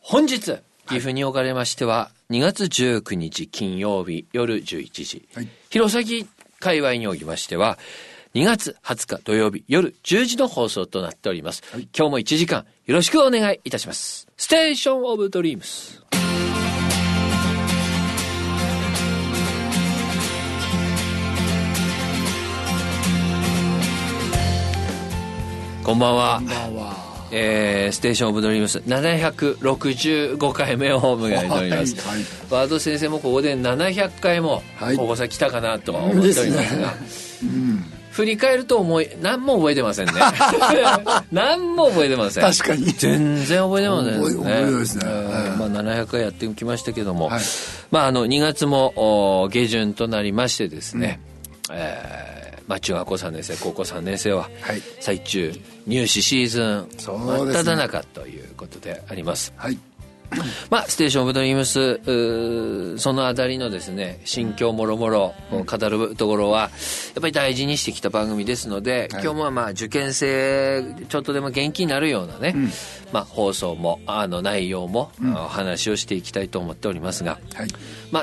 本日岐阜におかれましては2月19日金曜日夜11時、はい、弘前界隈におきましては2月20日土曜日夜10時の放送となっております、はい、今日も1時間よろしくお願いいたします。ステーションオブドリームス。こんばんは。こんばんは。ステーションオブドリームス765回目を迎えております、はいはい、ワード先生もここで700回もここさ来たかなとは思っておりますが、振り返ると何も覚えてませんね何も覚えてません。 確かに全然覚えてませんね。 覚えてますね、 700回やってきましたけども、はい、2月も下旬となりましてですね、中学校3年生高校3年生は最中入試シーズン真っ只中ということであります、はい。ステーションオブドリームスそのあたりのですね心境もろもろ語るところはやっぱり大事にしてきた番組ですので、はい、今日も受験生ちょっとでも元気になるようなね、放送も内容も、お話をしていきたいと思っておりますが、はい、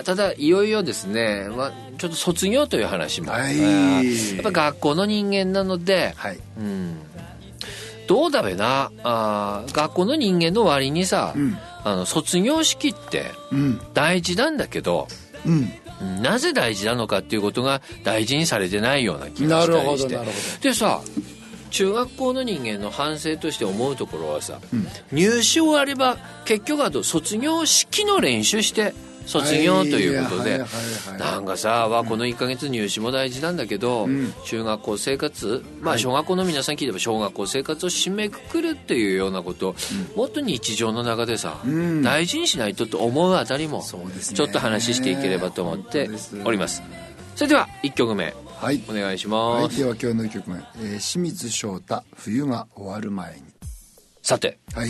ただいよいよですね、ちょっと卒業という話も、やっぱ学校の人間なので、はい、どうだべな学校の人間の割にさ、卒業式って大事なんだけど、なぜ大事なのかっていうことが大事にされてないような気がしたりして。でさ、中学校の人間の反省として思うところはさ、入試終われば結局卒業式の練習して卒業ということで、なんかさ、この1ヶ月入試も大事なんだけど、中学校生活、小学校の皆さん聞いても小学校生活を締めくくるっていうようなことをもっと日常の中でさ、大事にしないとと思うあたりもちょっと話していければと思っております。それでは1曲目、はい、お願いします。 では今日の1曲目、清水翔太、冬が終わる前に。 さて、はい、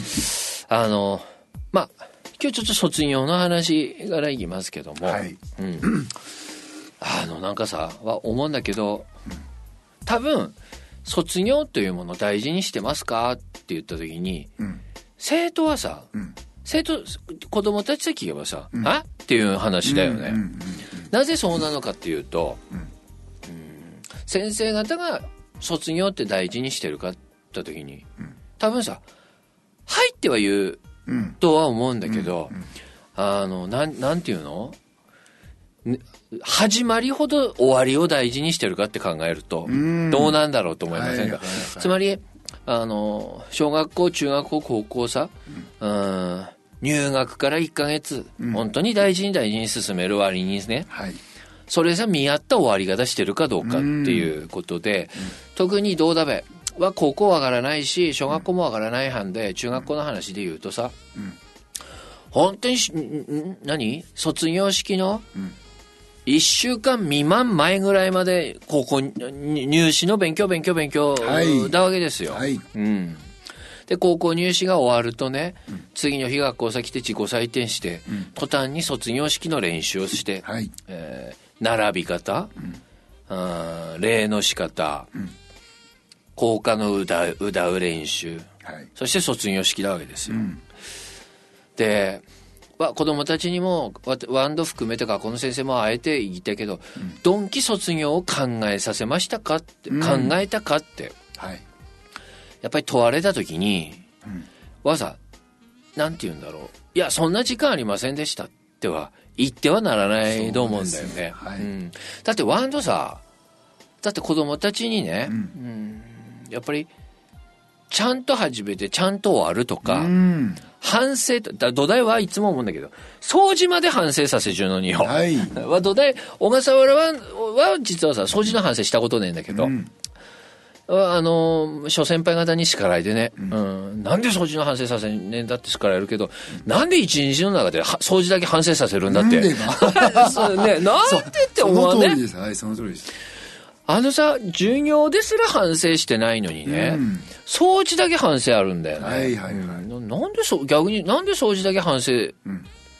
今日ちょっと卒業の話からいきますけども、はい、なんかさ思うんだけど、多分卒業というものを大事にしてますかって言った時に、生徒はさ、子供たちで聞けばさ、っていう話だよね、なぜそうなのかっていうと、先生方が卒業って大事にしてるかって言った時に、多分さはいっては言うとは思うんだけど、なんていうの、始まりほど終わりを大事にしてるかって考えるとどうなんだろうと思いませんか、つまり小学校中学校高校さ、入学から1ヶ月、本当に大事に進める割にですね、それさ見合った終わり方してるかどうかっていうことで、特にどうだべは高校わからないし小学校もわからない班で、中学校の話で言うとさ、本当に卒業式の1週間未満前ぐらいまで高校入試の勉強だわけですよ、で高校入試が終わるとね、次の日学校先で自己採点して、途端に卒業式の練習をして、並び方、礼の仕方、校歌の歌う練習、そして卒業式なわけですよ、で子供たちにもワンド含めて学校の先生もあえて言ったけど、ドンキ卒業を考えさせましたかって、考えたかって、やっぱり問われた時に、なんて言うんだろう、いやそんな時間ありませんでしたっては言ってはならないと思うんだよね、だってワンドさ、だって子供たちにね、やっぱりちゃんと始めてちゃんと終わるとか、反省と土台はいつも思うんだけど、掃除まで反省させちゅうのによ、土台小笠原は実はさ掃除の反省したことねえんだけど、諸先輩方に叱られてね、なんで掃除の反省させねえんだって叱られるけど、なんで一日の中で掃除だけ反省させるんだって、なんでって思わね。 その通りです。 授業ですら反省してないのにね、掃除だけ反省あるんだよね。逆になんで掃除だけ反省、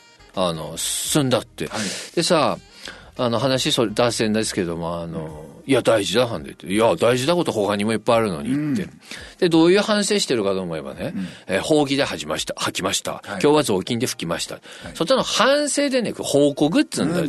進んだって、でさ、話脱線ですけども、 いや、大事だ、反でって。いや、大事なこと他にもいっぱいあるのにって。で、どういう反省してるかと思えばね、放棄で吐きました。はい、今日は雑巾で拭きました。はい、そっちの反省でね、報告っつうんだって。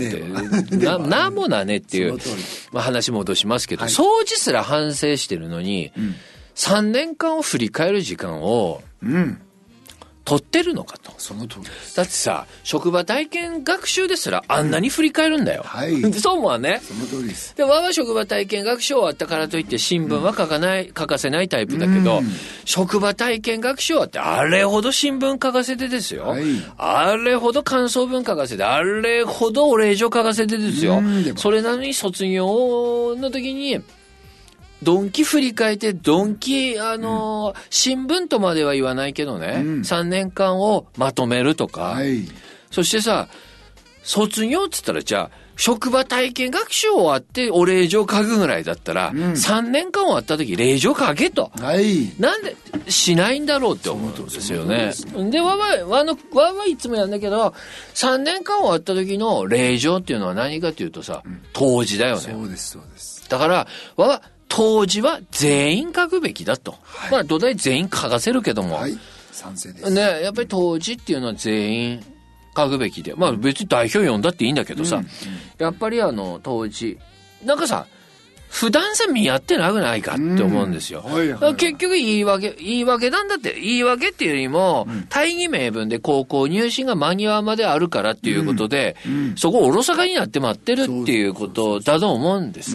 なんもなねっていう、話戻しますけど、掃除すら反省してるのに、3年間を振り返る時間を、取ってるのかと。 その通りです。 だってさ、職場体験学習ですらあんなに振り返るんだよ。 はい。 そう思わね。 その通りです。 で、我が職場体験学習終わったからといって新聞は書かせないタイプだけど、職場体験学習終わってあれほど新聞書かせてですよ。はい。あれほど感想文書かせて、あれほどお礼状書かせてですよ。それなのに卒業の時に、ドンキ振り返って、ドンキ、新聞とまでは言わないけどね、3年間をまとめるとか、はい、そしてさ、卒業っつったらじゃあ、職場体験学習終わってお礼状書くぐらいだったら、3年間終わった時礼状書けと。はい。なんでしないんだろうって思うんですよね。で、わはいつもやるんだけど、3年間終わった時の礼状っていうのは何かっていうとさ、当時だよね。 そうです、そうです。 だから、当時は全員書くべきだと。はい、まあ土台全員書かせるけども。 はい。賛成です。 ね、やっぱり当時っていうのは全員書くべきで。まあ別に代表読んだっていいんだけどさ。やっぱり当時。なんかさ、普段さ見合ってなくないかって思うんですよ。結局言い訳なんだって。言い訳っていうよりも、大義名分で高校入試が間に合うまであるからっていうことで、そこをおろそかになって待ってるっていうことだと思うんです。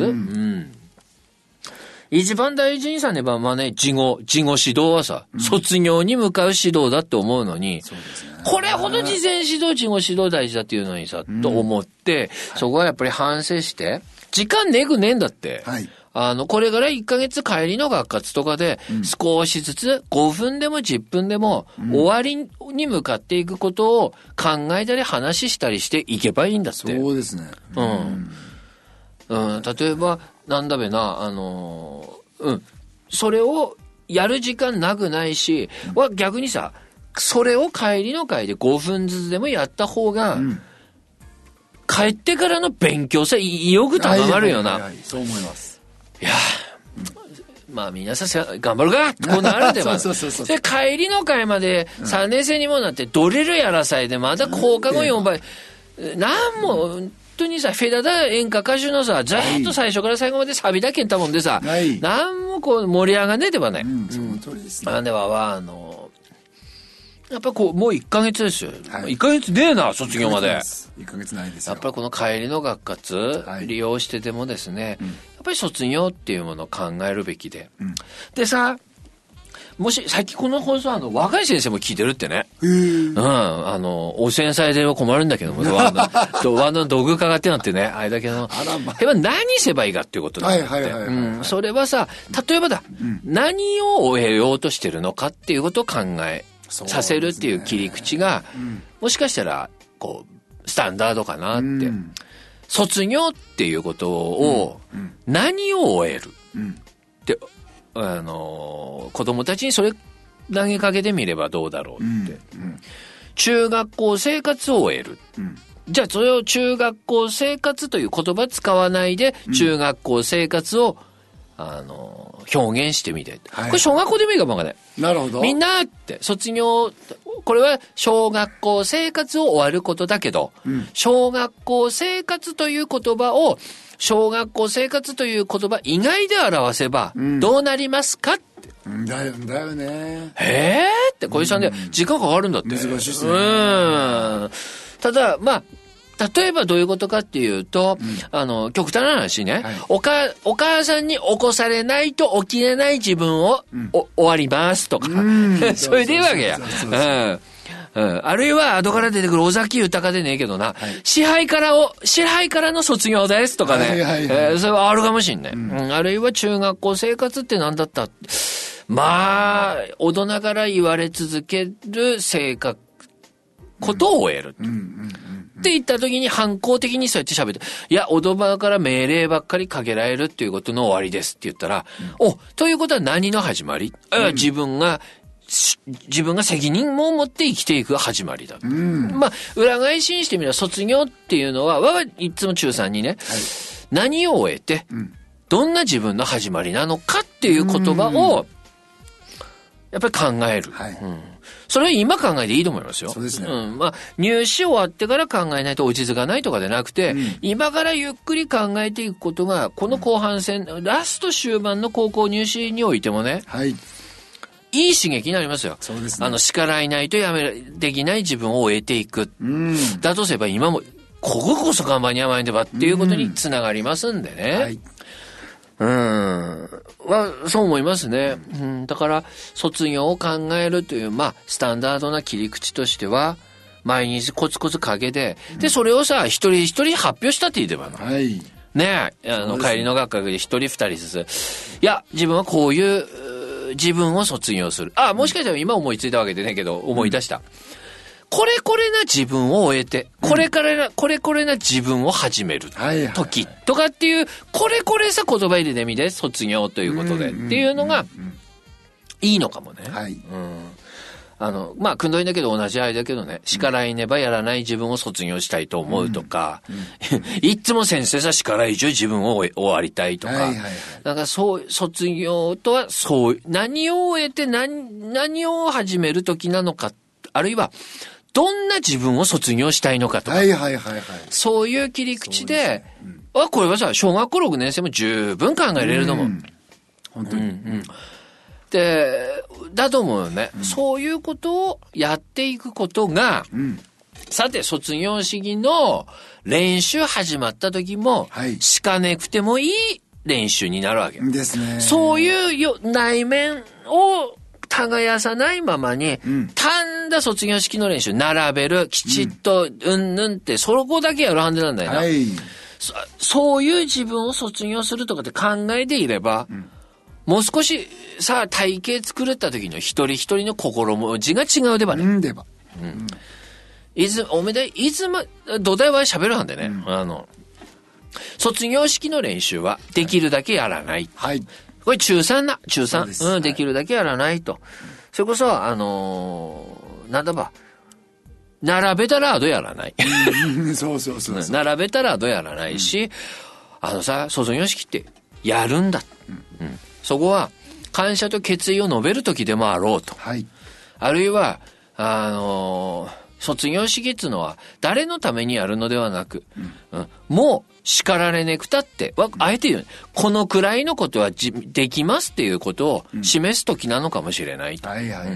一番大事にさねば、まあね、事後指導はさ、卒業に向かう指導だって思うのに、そうですね、これほど事前指導、事後指導大事だっていうのにさ、と思って、そこはやっぱり反省して、時間ねぐねんだって。はい。これから1ヶ月帰りの学活とかで、少しずつ5分でも10分でも、終わりに向かっていくことを考えたり話したりしていけばいいんだって。 そうですね。 例えば、なんだべな、それをやる時間なくないし、逆にさ、それを帰りの会で5分ずつでもやった方が、帰ってからの勉強さ、意欲高まるよな。 そう思います。 いやまあ皆さん頑張るかこうなるでも。で、帰りの会まで3年生にもなってドリルやらさえで、また放課後4倍。なんも、本当にさ、フェダダ演歌歌手のさ、ずっと最初から最後までサビだけんたもんでさ、なんもこう盛り上がんねえでばね。 その通りですね。 では、やっぱこう、もう1ヶ月ですよ。1ヶ月ねえな、卒業まで。 1ヶ月ないですよ。 やっぱりこの帰りの学活、利用してでもですね、やっぱり卒業っていうものを考えるべきで。でさ、もし、さっきこの放送若い先生も聞いてるってね。汚染されては困るんだけども、ワンの道具かかってなってね、あれだけど、何せばいいかっていうことなんだって。それはさ、例えばだ、何を終えようとしてるのかっていうことを考えさせるっていう切り口が、もしかしたら、こう、スタンダードかなって。卒業っていうことを、何を終えるって、子供たちにそれ投げかけてみればどうだろうって。中学校生活を終える。じゃあそれを中学校生活という言葉使わないで、中学校生活を、表現してみて。これ小学校でもいいかもわかんない。 なるほど。 みんなって、卒業、これは小学校生活を終わることだけど、小学校生活という言葉を、小学校生活という言葉以外で表せばどうなりますかって。 だよね。 って小石さんで時間かかるんだって。 難しいですね。 ただ、まあ、例えばどういうことかっていうと、極端な話ね、お母さんに起こされないと起きれない自分を、終わりますとか、それでいいわけや。あるいは後から出てくる尾崎豊でねえけどな、支配からの卒業ですとかね、それはあるかもしんない。あるいは中学校生活って何だった？まあ、大人から言われ続けることを終える。って言った時に反抗的にそうやって喋って、いや、大人から命令ばっかりかけられるっていうことの終わりですって言ったら、ということは何の始まり？自分が責任を持って生きていく始まりだ。まあ、裏返しにしてみれば卒業っていうのは、いつも中3にね、何を終えて、 どんな自分の始まりなのかっていう言葉をやっぱり考える、はい、それは今考えていいと思いますよ。 そうですね。 まあ、入試終わってから考えないと落ち着かないとかでなくて、今からゆっくり考えていくことがこの後半戦、ラスト終盤の高校入試においてもね、はい、いい刺激になりますよ。 そうですね。 叱らいないとできない自分を得ていく。だとすれば今もここそ看板に甘いんでばっていうことにつながりますんでね。そう思いますね。だから卒業を考えるという、まあスタンダードな切り口としては、毎日コツコツかけて、でそれをさ一人一人発表したって言えばの。はい。ねえ、帰りの学科で一人二人ずつ、いや自分はこういう自分を卒業する。もしかしたら今思いついたわけでねえけど思い出した。これな自分を終えて、これな自分を始める時とかっていう、これさ言葉入れでみて卒業ということでっていうのがいいのかもね。はい。まあ、くんどいんだけど同じあれだけどね、叱らいねばやらない自分を卒業したいと思うとか、いつも先生さ叱らい中自分を終わりたいとか、だからそう、卒業とはそう、何を終えて何を始める時なのか、あるいは、どんな自分を卒業したいのかとか、そういう切り口で、これはさ、小学校6年生も十分考えれると思う。 本当に。 で、だと思うよね。そういうことをやっていくことが、さて、卒業式の練習始まった時も、しかねくてもいい練習になるわけ。 ですね。 そういう内面を、耕さないままに、単だ卒業式の練習並べる、きちっと、ってそこだけやるはずなんだよな。そういう自分を卒業するとかって考えていれば、もう少しさあ体系作った時の一人一人の心文字が違うでばね。土台は喋るはんでね。卒業式の練習はできるだけやらない。これ中3。できるだけやらないと。それこそ、なんだば、並べたらアドやらない。 そう。 並べたらアドやらないし、卒業式ってやるんだ。そこは、感謝と決意を述べる時でもあろうと。あるいは、卒業式っていうのは、誰のためにやるのではなく、もう、叱られねくたって、あえて言う、このくらいのことはできますっていうことを示す時なのかもしれないと。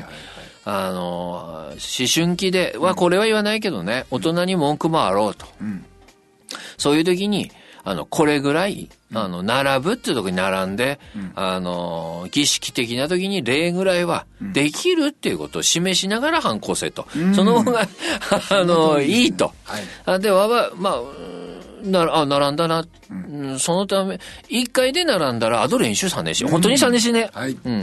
思春期で、これは言わないけどね、大人に文句もあろうと。そういう時に、これぐらい、並ぶっていうところに並んで、儀式的な時に礼ぐらいはできるっていうことを示しながら反抗せと。その方が、いいと。で、並んだな。そのため、一回で並んだら、練習3年しよう。本当に3年しね。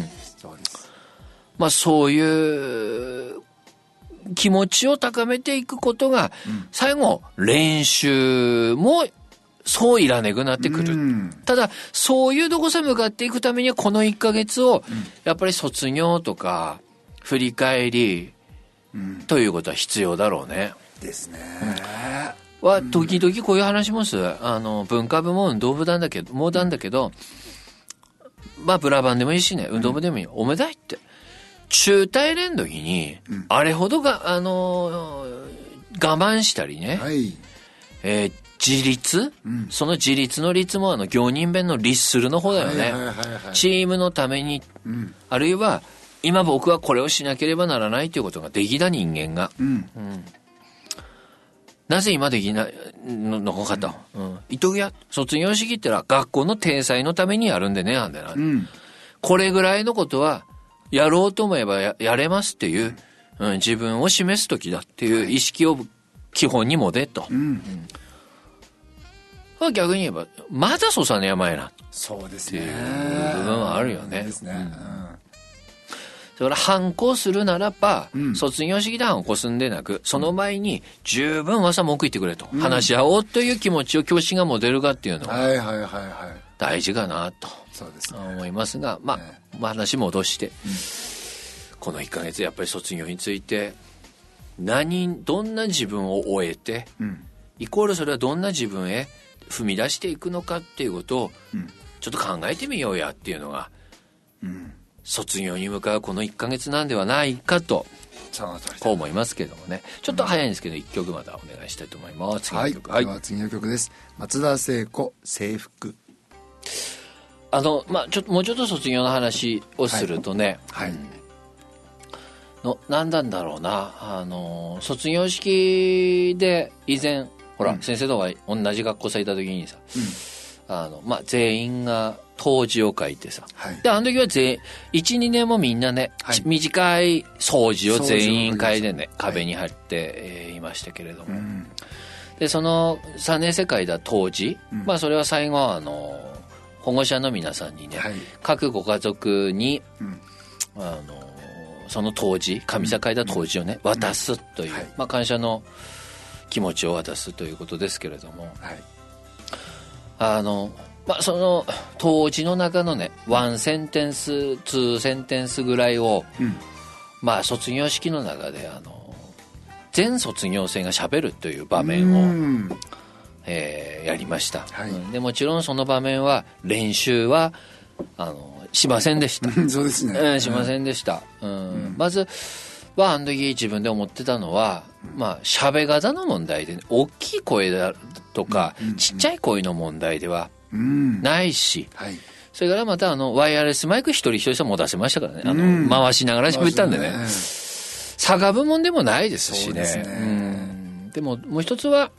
そういう気持ちを高めていくことが、最後、練習も、そういらねくなってくる。ただ、そういうとこさ向かっていくためには、この1ヶ月を、やっぱり卒業とか、振り返り、ということは必要だろうね。 ですね。 時々こういう話もする。文化部も運動部なんだけど、ブラバンでもいいしね、運動部でもいい。おめでいって。中大連の時に、あれほどが、我慢したりね、自立、その自立の率も行人弁の律するの方だよね。チームのために、あるいは、今僕はこれをしなければならないということができた人間が、なぜ今できないのかと。言っとくや、卒業式ってのは学校の体裁のためにやるんでね、なんだな。これぐらいのことは、やろうと思えば やれますっていう、自分を示す時だっていう意識を基本に持てと。逆に言えば、まだそさねやまやな。 そうですね。 っていう部分はあるよね。だから反抗するならば、卒業式で反抗すんでなく、その前に十分わさ文句言ってくれと、話し合おうという気持ちを教師が持てるかっていうのは大事かなと思いますが、話戻して、この1ヶ月やっぱり卒業についてどんな自分を終えて、イコールそれはどんな自分へ踏み出していくのかっていうことを、 ちょっと考えてみようやっていうのが、卒業に向かうこの1ヶ月なんではないかとこう思いますけどもね。ちょっと早いんですけど1曲またお願いしたいと思います。次の曲、 はい、では次の曲です。松田聖子、制服。 ちょっともうちょっと卒業の話をするとね、何なんだろうな、卒業式で以前ほら、先生とは同じ学校さいた時にさ、全員が答辞を書いてさ、であの時は12年もみんなね、短い掃除を全員会でね壁に貼って、いましたけれども、でその3年生会だ答辞、それは最後保護者の皆さんにね、各ご家族に、その答辞、上座会だ答辞をね、渡すという、感謝の気持ちを渡すということですけれども、その答辞の中のね、1センテンス2センテンスぐらいを、卒業式の中で全卒業生がしゃべるという場面をやりました、でもちろんその場面は練習はしませんでしたそうですね、 しませんでした、まずはあの時自分で思ってたのは、喋方の問題で、ね、大きい声だとか、ちっちゃい声の問題ではないし、それからまたワイヤレスマイク一人一人も出せましたからね、回しながら喋ったんでね、差が部門でもないですしね。でももう一つは、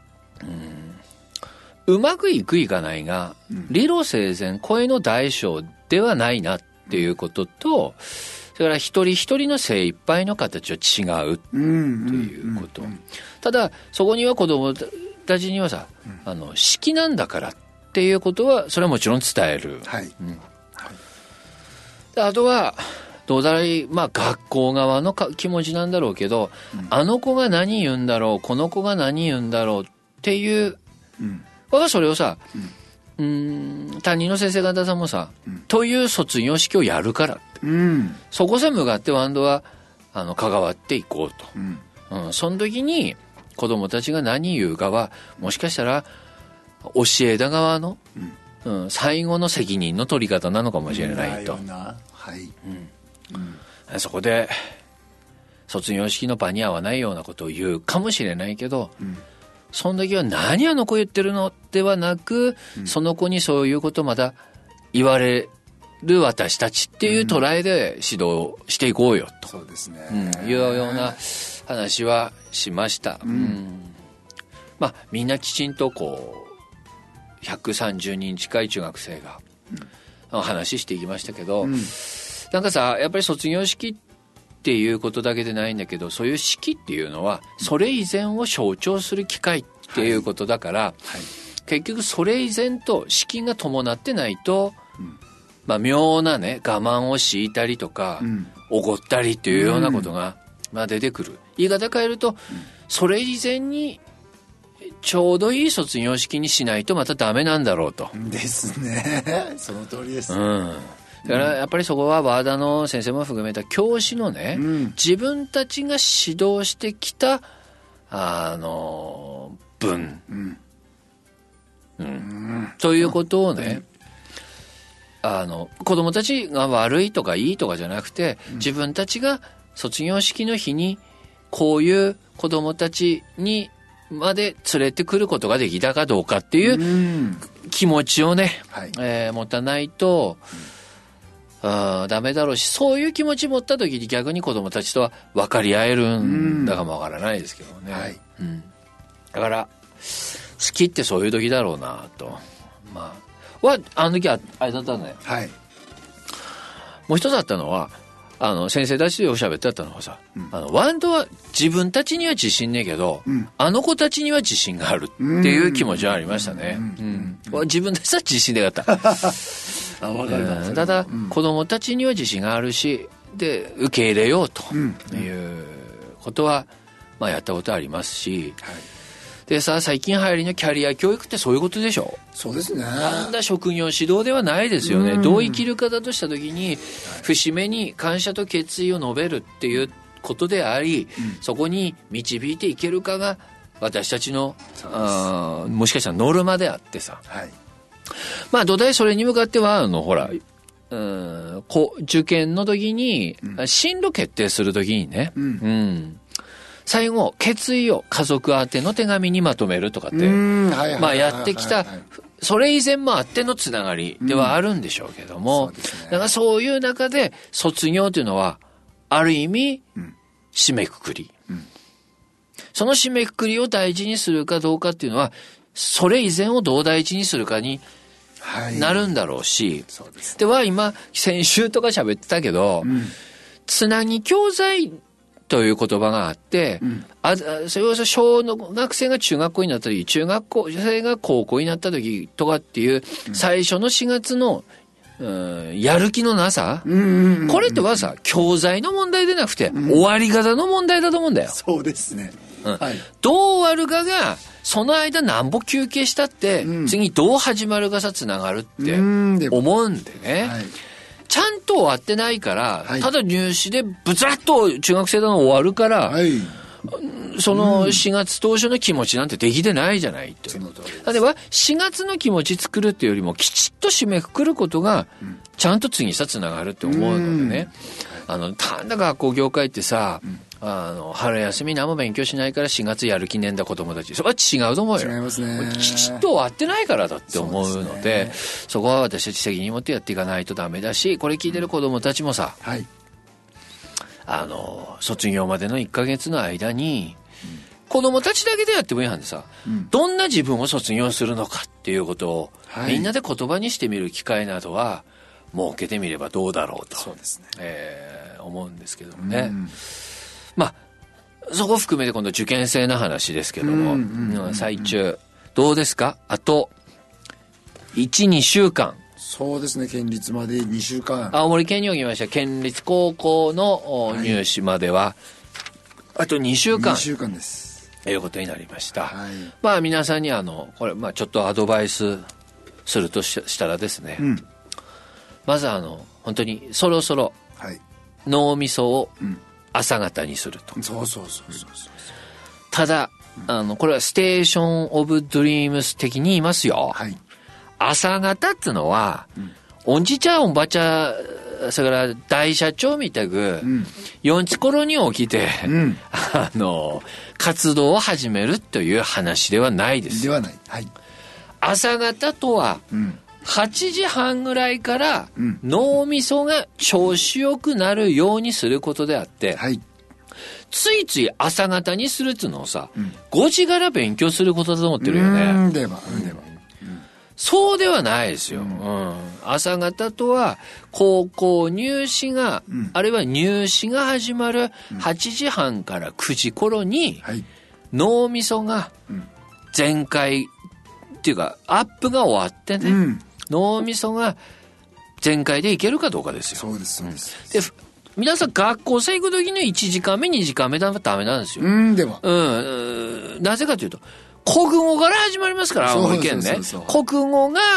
うまくいくいかないが、理路整然声の大小ではないなっていうことと、それから一人一人の精一杯の形は違うということ。ただそこには子どもたちにはさ、式なんだからっていうことはそれはもちろん伝える。あとはどうだろう、学校側の気持ちなんだろうけど、あの子が何言うんだろう、この子が何言うんだろうっていう、僕はそれをさ、担任の先生方さんもさ、という卒業式をやるからって、そこさ向かってワンドは関わっていこうと、その時に子供たちが何言うかはもしかしたら教えた側の、最後の責任の取り方なのかもしれないと、そこで卒業式の場に合わないようなことを言うかもしれないけど、その時は何あの子言ってるのではなく、その子にそういうことまた言われる私たちっていう捉えで指導していこうよと、 そうですね、 いうような話はしました。みんなきちんとこう130人近い中学生が話していきましたけど、なんかさ、やっぱり卒業式っていうことだけでないんだけど、そういう式っていうのはそれ以前を象徴する機会っていうことだから、結局それ以前と式が伴ってないと、妙なね我慢を強いたりとか、おごったりっていうようなことが、出てくる。言い方変えると、それ以前にちょうどいい卒業式にしないとまたダメなんだろうと。 ですね。その通りです。 だからやっぱりそこは和田の先生も含めた教師のね、自分たちが指導してきた文、ということをね、子供たちが悪いとかいいとかじゃなくて、自分たちが卒業式の日にこういう子供たちにまで連れてくることができたかどうかっていう気持ちをね、持たないと、ダメだろうし、そういう気持ち持った時に逆に子供たちとは分かり合えるんだかも分からないですけどね、だから好きってそういう時だろうなと、あの時はあれだったね、もう一つあったのは、先生たちでおしゃべってあったのはさ、ワンドは自分たちには自信ねえけど、あの子たちには自信があるっていう気持ちはありましたね。自分たちは自信でよかったただ、子供たちには自信があるし、で受け入れようということは、やったことありますし、でさ、最近流行りのキャリア教育ってそういうことでしょ。 そうですね。 なんだ職業指導ではないですよね。どう生きるかだとした時に、節目に感謝と決意を述べるっていうことであり、そこに導いていけるかが私たちのもしかしたらノルマであってさ、 まあ土台それに向かってはほら、受験の時に、進路決定する時にね、最後決意を家族宛ての手紙にまとめるとかって、まあやってきた、それ以前もあってのつながりではあるんでしょうけども、だからそういう中で卒業というのはある意味締めくくり、その締めくくりを大事にするかどうかっていうのはそれ以前をどう大事にするかになるんだろうし、では今先週とか喋ってたけど、つなぎ教材という言葉があって、それこそ小学生が中学校になった時、中学校生が高校になった時とかっていう最初の4月のやる気のなさ、これってはさ教材の問題でなくて、終わり方の問題だと思うんだよ。 そうですね、 どう終わるかがその間なんぼ休憩したって、次どう始まるかさつながるって思うんでね、ちゃんと終わってないから、ただ入試でブツラッと中学生だの終わるから、その4月当初の気持ちなんてできてないじゃないと。例えば4月の気持ち作るっていうよりもきちっと締めくくることがちゃんと次にさつながるって思うのでね、ただ学校業界ってさ、春休み何も勉強しないから4月やる気ねえんだ子供たち、それは違うと思うよ。 違いますね。 きちっと終わってないからだって思うので、そこは私たち責任持ってやっていかないとダメだし、これ聞いてる子供たちもさ、卒業までの1ヶ月の間に、子供たちだけでやってもいいはんでさ、どんな自分を卒業するのかっていうことを、みんなで言葉にしてみる機会などは設けてみればどうだろうと、 そうですね、 思うんですけどもね。まあそこ含めて今度受験生の話ですけども、最中どうですか？あと 1,2 週間。 そうですね、県立まで2週間。 青森県におきました県立高校の入試までは、あと2週間。 2週間です。 いうことになりました。まあ皆さんにこれ、まあちょっとアドバイスするとしたらですね、まず本当にそろそろ脳みそを朝方にすると。ただこれはステーションオブドリームス的に言いますよ。朝方ってのは、おんじちゃんおばちゃん、それから大社長みたく、4時頃に起きて、活動を始めるという話ではないです。 ではない。 朝方とは、8時半ぐらいから脳みそが調子よくなるようにすることであって、ついつい朝方にするっていうのをさ、5時から勉強することだと思ってるよね。そうではないですよ。朝方とは高校入試が、あるいは入試が始まる8時半から9時頃に、脳みそが全開っていうかアップが終わってね、脳みそが全開でいけるかどうかですよ。 そうです。 で皆さん学校生行く時に1時間目2時間目だとダメなんですよ。なぜかというと国語から始まりますから、青森県ね。国語が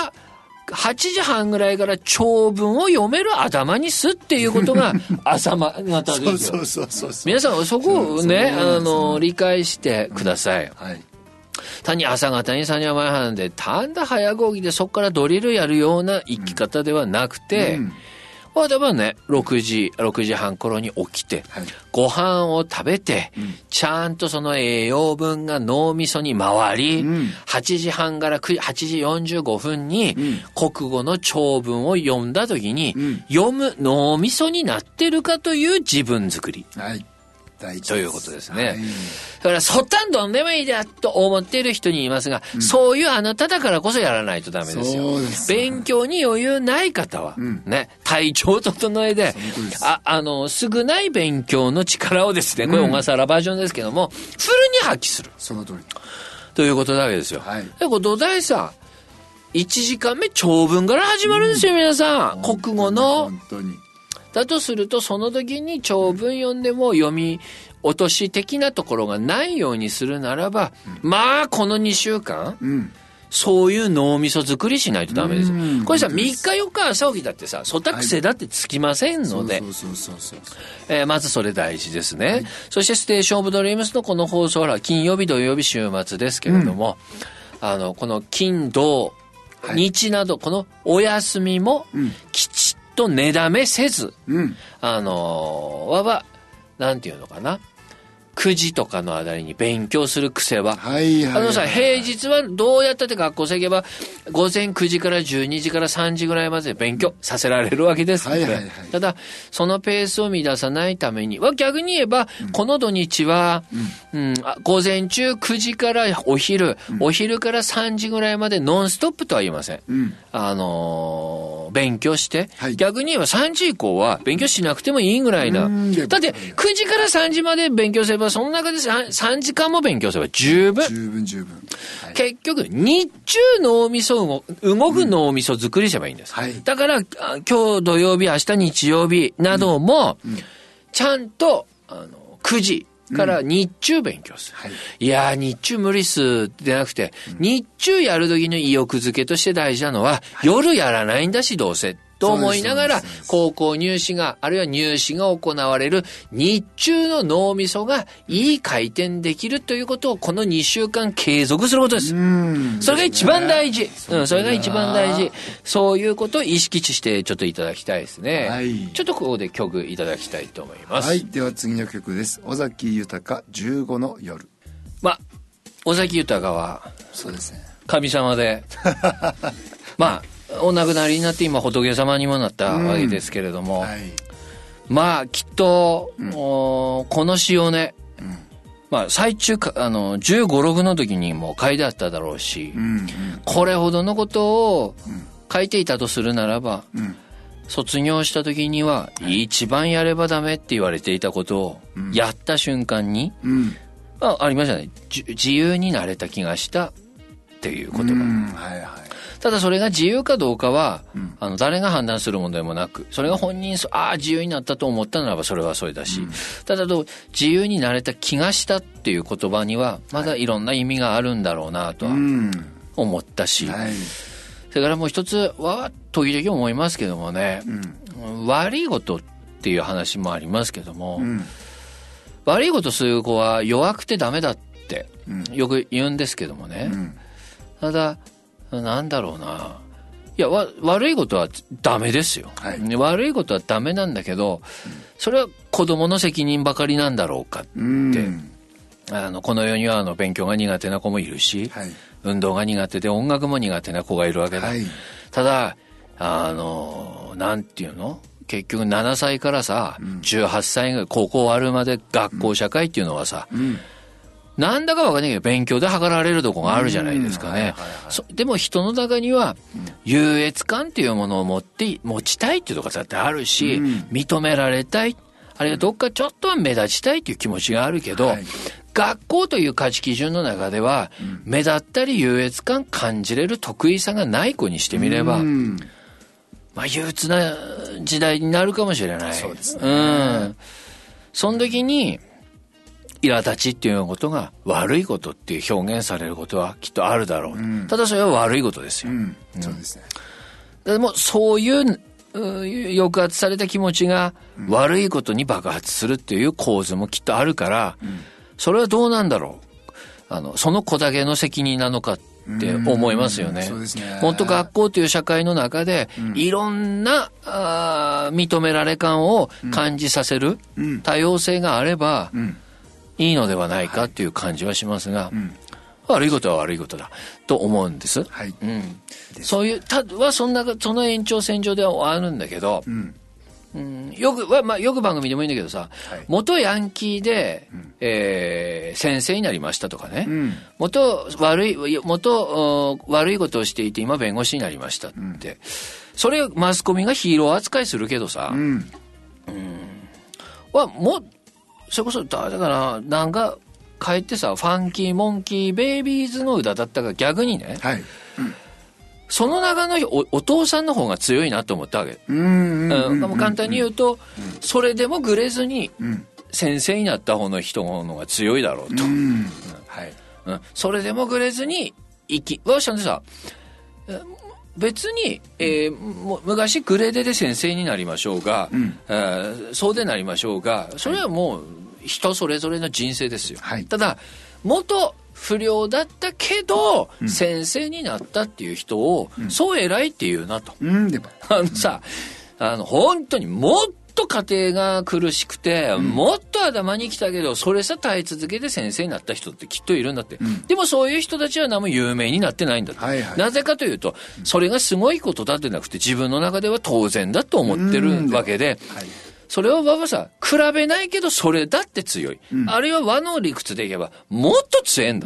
8時半ぐらいから長文を読める頭にすっていうことが朝方ですよ。皆さんそこをね、理解してください。単に朝方に3時前半で単だ早起きでそこからドリルやるような生き方ではなくて、例えばね、6時半頃に起きて、ご飯を食べて、ちゃんとその栄養分が脳みそに回り、8時半から8時45分に国語の長文を読んだ時に、読む脳みそになってるかという自分作り。ということですね。だからそったんどんでもいいだと思っている人に言いますが、そういうあなただからこそやらないとダメですよ。勉強に余裕ない方は、ね、体調を整えで、少ない勉強の力をですね、これ小笠原バージョンですけども、フルに発揮する。 その通り。 ということなわけですよ。で、これ土台さ、1時間目長文から始まるんですよ、皆さん。国語の。本当に。だとするとその時に長文読んでも読み落とし的なところがないようにするならば、まあこの2週間、そういう脳みそ作りしないとダメですよ。これさ3日4日朝起きだってさそった癖だってつきませんので、まずそれ大事ですね。そしてステーションオブドリームスのこの放送は金曜日土曜日週末ですけれども、この金土はい、日などこのお休みもきちっと寝だめせず、なんていうのかな、9時とかのあたりに勉強する癖は、平日はどうやったって学校行けば午前9時から12時から3時ぐらいまで勉強させられるわけですので、ただそのペースを乱さないためには、逆に言えば、この土日は、午前中9時からお昼から3時ぐらいまでノンストップとは言いません、勉強して、逆に言えば3時以降は勉強しなくてもいいぐらいな、だって9時から3時まで勉強すれば、その中で 3時間も勉強すれば十分、結局日中脳みそ動く脳みそ作りすればいいんです、だから今日土曜日、明日日曜日なども、ちゃんと9時から日中勉強する、いや日中無理っすでなくて、日中やる時の意欲づけとして大事なのは、夜やらないんだしどうせと思いながら、高校入試があるいは入試が行われる日中の脳みそがいい回転できるということを、この2週間継続することです。それが一番大事、それが一番大事。そういうことを意識してちょっといただきたいですね、ちょっとここで曲いただきたいと思います。 では次の曲です。尾崎豊15の夜。 尾崎豊はそうですね、 神様でお亡くなりになって今仏様にもなったわけですけれども、きっと、この詩をね、最中15、6の時にも書いてあっただろうし、これほどのことを書いていたとするならば、卒業した時には一番やればダメって言われていたことをやった瞬間に、ありましたね、自由になれた気がしたっていう言葉、ただそれが自由かどうかは、誰が判断するものでもなく、それが本人自由になったと思ったならばそれはそれだし、ただ自由になれた気がしたっていう言葉にはまだいろんな意味があるんだろうなとは思ったし、それからもう一つは時々思いますけどもね、悪いことっていう話もありますけども、悪いことする子は弱くてダメだってよく言うんですけどもね、ただなんだろうな、いや悪いことはダメですよ、悪いことはダメなんだけど、それは子供の責任ばかりなんだろうかって、この世には勉強が苦手な子もいるし、運動が苦手で音楽も苦手な子がいるわけだ、ただなんていうの、結局7歳からさ、18歳が高校終わるまで学校社会っていうのはさ、なんだかわかんないけど勉強で測られるとこがあるじゃないですかね、でも人の中には優越感っていうものを持ちたいっていうところだってあるし、認められたい、あるいはどっかちょっとは目立ちたいっていう気持ちがあるけど、学校という価値基準の中では、目立ったり優越感感じれる得意さがない子にしてみれば、憂鬱な時代になるかもしれない。そうですね。その時に苛立ちっていうことが悪いことっていう表現されることはきっとあるだろう、ただそれは悪いことですよ、 そうですね。 でもそういう抑圧された気持ちが悪いことに爆発するっていう構図もきっとあるから、それはどうなんだろう、その子だけの責任なのかって思いますよね。 そうですね。 もっと学校という社会の中で、いろんな認められ感を感じさせる多様性があれば、いいのではないかっていう感じはしますが、悪いことは悪いことだと思うんです。そういうその延長線上ではあるんだけど、よく番組でもいいんだけどさ、元ヤンキーで、先生になりましたとかね、元悪いことをしていて今弁護士になりましたって、それマスコミがヒーロー扱いするけどさ、それこそだからなんか帰ってさ、ファンキーモンキーベイビーズの歌だったが逆にね、その中のお父さんの方が強いなと思ったわけ。簡単に言うと、それでもグレずに先生になった方の人の方が強いだろうと、それでもグレずに私はさ、別に、昔グレで先生になりましょうが、そうでなりましょうが、それはもう人それぞれの人生ですよ、ただ元不良だったけど、先生になったっていう人を、そう偉いって言うなと。さ、本当にもっと家庭が苦しくて、もっと頭に来たけど、それさ耐え続けて先生になった人ってきっといるんだって。でもそういう人たちは何も有名になってないんだって。なぜかというと、それがすごいことだってなくて、自分の中では当然だと思ってるわけで、それを馬場さ、比べないけどそれだって強い。あるいは和の理屈でいけば、もっと強いんだって。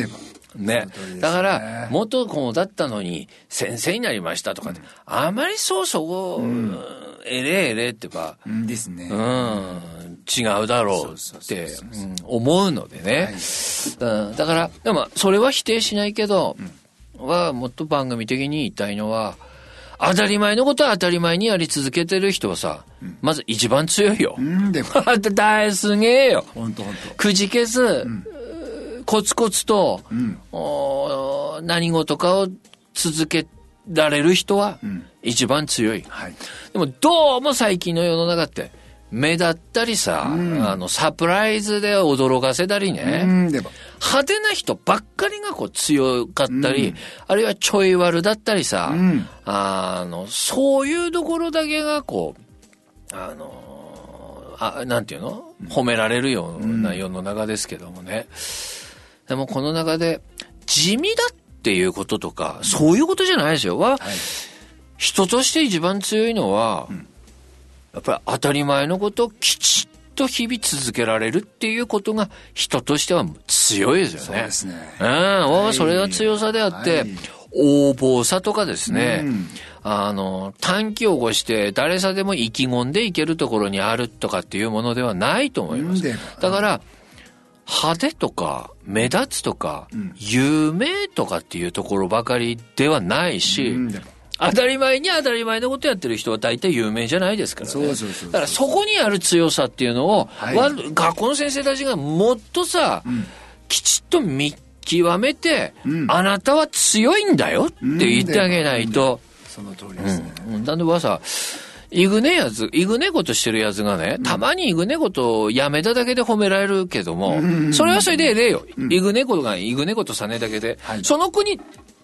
ね。だから、元こうだったのに、先生になりましたとか、あまりそうそこ、えれってば、 ですね。 違うだろうって思うのでね。だから、でも、それは否定しないけど、もっと番組的に言いたいのは、当たり前のことは当たり前にやり続けてる人はさ、まず一番強いよ。大すげえよ。くじけず、コツコツと、何事かを続けられる人は一番強い。でもどうも最近の世の中って目立ったりさ、サプライズで驚かせたりね、派手な人ばっかりがこう強かったり、あるいはちょい悪だったりさ、そういうところだけがこうなんていうの、褒められるような世の中ですけどもね。でもこの中で地味だっていうこととか、そういうことじゃないですよ。人として一番強いのは、やっぱり当たり前のことをきちっと日々続けられるっていうことが人としては強いですよね。 そうですね。 それが強さであって、横暴さとかですね、短気を起こして誰さでも意気込んでいけるところにあるとかっていうものではないと思います。だから、派手とか目立つとか、有名とかっていうところばかりではないし、当たり前に当たり前のことやってる人は大体有名じゃないですからね。だからそこにある強さっていうのを、学校の先生たちがもっとさ、きちっと見極めて、あなたは強いんだよって言ってあげないと。 その通りですね。 なんでさ、イグネことしてるやつがね、たまにイグネことをやめただけで褒められるけども、それはそれでええよ。イグネことがイグネことさねだけで、その子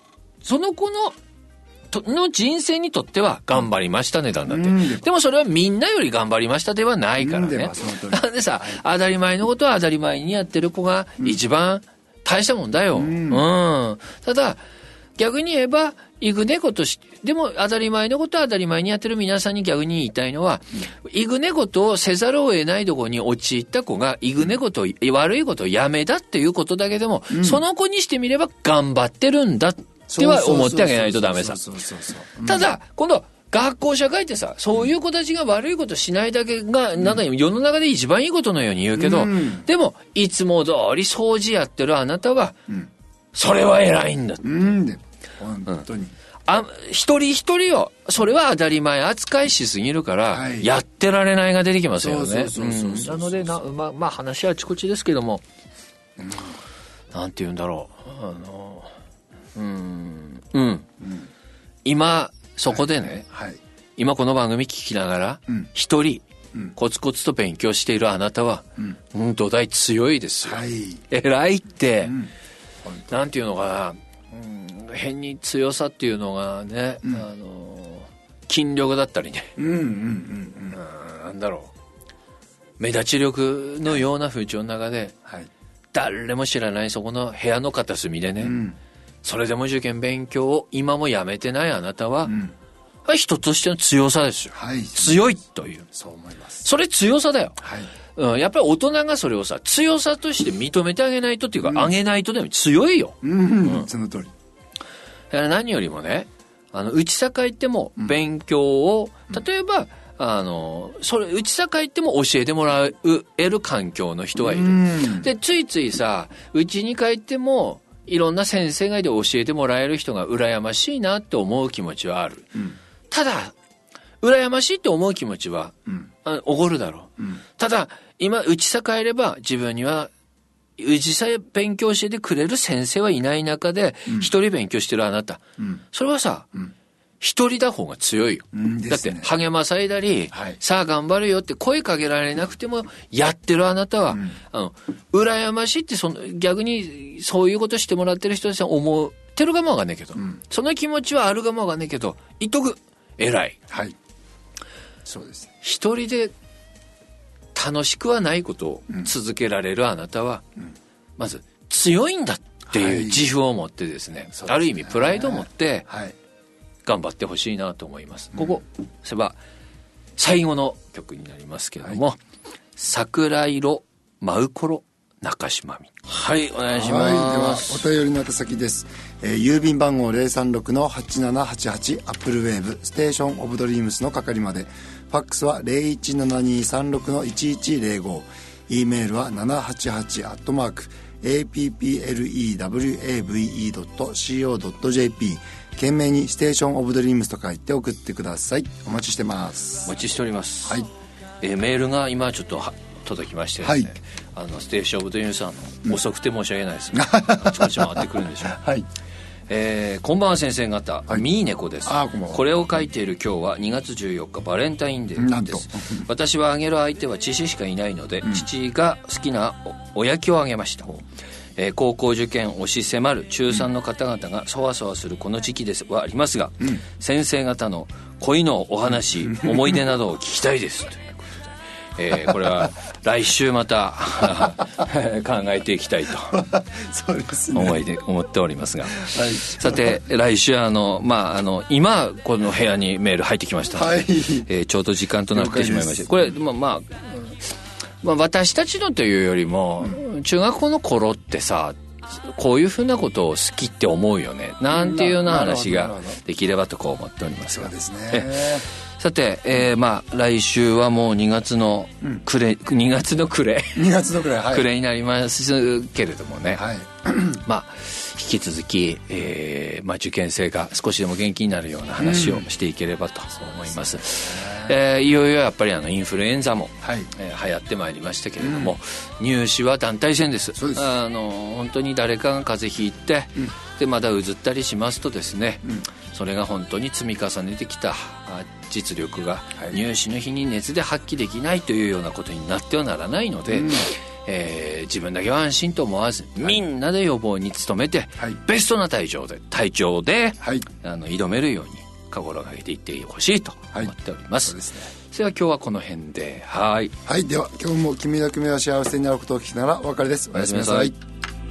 の人生にとっては頑張りましたねだんだって。でもそれはみんなより頑張りましたではないからね。なんでさ、当たり前のことは当たり前にやってる子が一番大したもんだよ。ただ、逆に言えば、イグネことでも当たり前のことは当たり前にやってる皆さんに逆に言いたいのは、イグネことをせざるを得ないところに陥った子が、イグネこと、悪いことをやめたっていうことだけでも、その子にしてみれば頑張ってるんだっては思ってあげないとダメさ。ただ、今度、学校社会ってさ、そういう子たちが悪いことしないだけが、なんか世の中で一番いいことのように言うけど、でも、いつも通り掃除やってるあなたは、それは偉いんだ。 本当に。 一人一人を、それは当たり前扱いしすぎるから、やってられないが出てきますよね。なので、話はあちこちですけども、なんて言うんだろう。今、そこでね、今この番組聞きながら、一人、コツコツと勉強しているあなたは、土台強いですよ。偉いって、なんていうのかな、変に強さっていうのがね、筋力だったりね、なんだろう、目立ち力のような風潮の中で、誰も知らないそこの部屋の片隅でね、それでも受験勉強を今もやめてないあなたは、人としての強さですよ。強いという。 そう思います。 それ強さだよ。やっぱり大人がそれをさ、強さとして認めてあげないとっていうか、あげないとでも強いよ。 その通り。 だから何よりもね、内さかいっても勉強を、例えば、内さかいっても教えてもらえる環境の人がいる。で、ついついさ、内に帰っても、いろんな先生がいて教えてもらえる人が羨ましいなって思う気持ちはある。ただ、羨ましいって思う気持ちは、おごるだろう。ただ、今、内さ帰れば自分には、内さ勉強しててくれる先生はいない中で、一人勉強してるあなた。それはさ、 一人だ方が強いよ、だって励まされたり、さあ頑張るよって声かけられなくてもやってるあなたは、羨ましいって逆にそういうことしてもらってる人たちは思ってるかもわかんないけど、その気持ちはあるかもわかんないけど言っとく、偉い、 そうです。 一人で楽しくはないことを続けられるあなたは、まず強いんだっていう自負を持ってですね、ある意味プライドを持って頑張ってほしいなと思います。ここそういえば最後の曲になりますけれども、桜色舞う頃中島美。はい、お願いします。 ではお便りの宛先です。郵便番号 036-8788 アップルウェーブステーションオブドリームスの係まで。ファックスは 017236-1105。 E メールは788@appleWave.co.jp。 懸命にステーションオブドリームスと書いて送ってください。お待ちしてます。 お待ちしております。メールが今ちょっと届きましてですね、ステーションオブドリームス遅くて申し訳ないです、あちこち回ってくるんでしょう。こんばんは先生方、ミーネコです。これを書いている今日は2月14日バレンタインデーです。私はあげる相手は父しかいないので、父が好きなおやきをあげました。高校受験押し迫る中3の方々がそわそわするこの時期ですはありますが、先生方の恋のお話思い出などを聞きたいですというこれは来週また考えていきたいとそうですね、 思っておりますが、さて来週今この部屋にメール入ってきました、ちょうど時間となってしまいました。これ私たちのというよりも、中学校の頃ってさ、こういうふうなことを好きって思うよねなんていうような話ができればとこう思っておりますが、 そうですね。 さて、来週はもう2月の暮れ、2月の暮れになりますけれどもね、引き続き、受験生が少しでも元気になるような話をしていければと思います。いよいよやっぱりインフルエンザも、流行ってまいりましたけれども、入試は団体戦です。本当に誰かが風邪ひいて、でまだうずったりしますとですね、それが本当に積み重ねてきた実力が入試の日に熱で発揮できないというようなことになってはならないので、自分だけは安心と思わず、みんなで予防に努めて、ベストな体調で挑めるように心がけていってほしいと思っております。それは今日はこの辺で、 では今日も君の夢は幸せになることを聞きながらお別れです。おやすみなさい。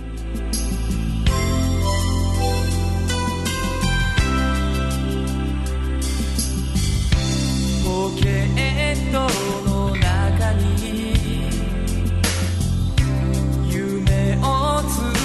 ポケットの中に夢をつ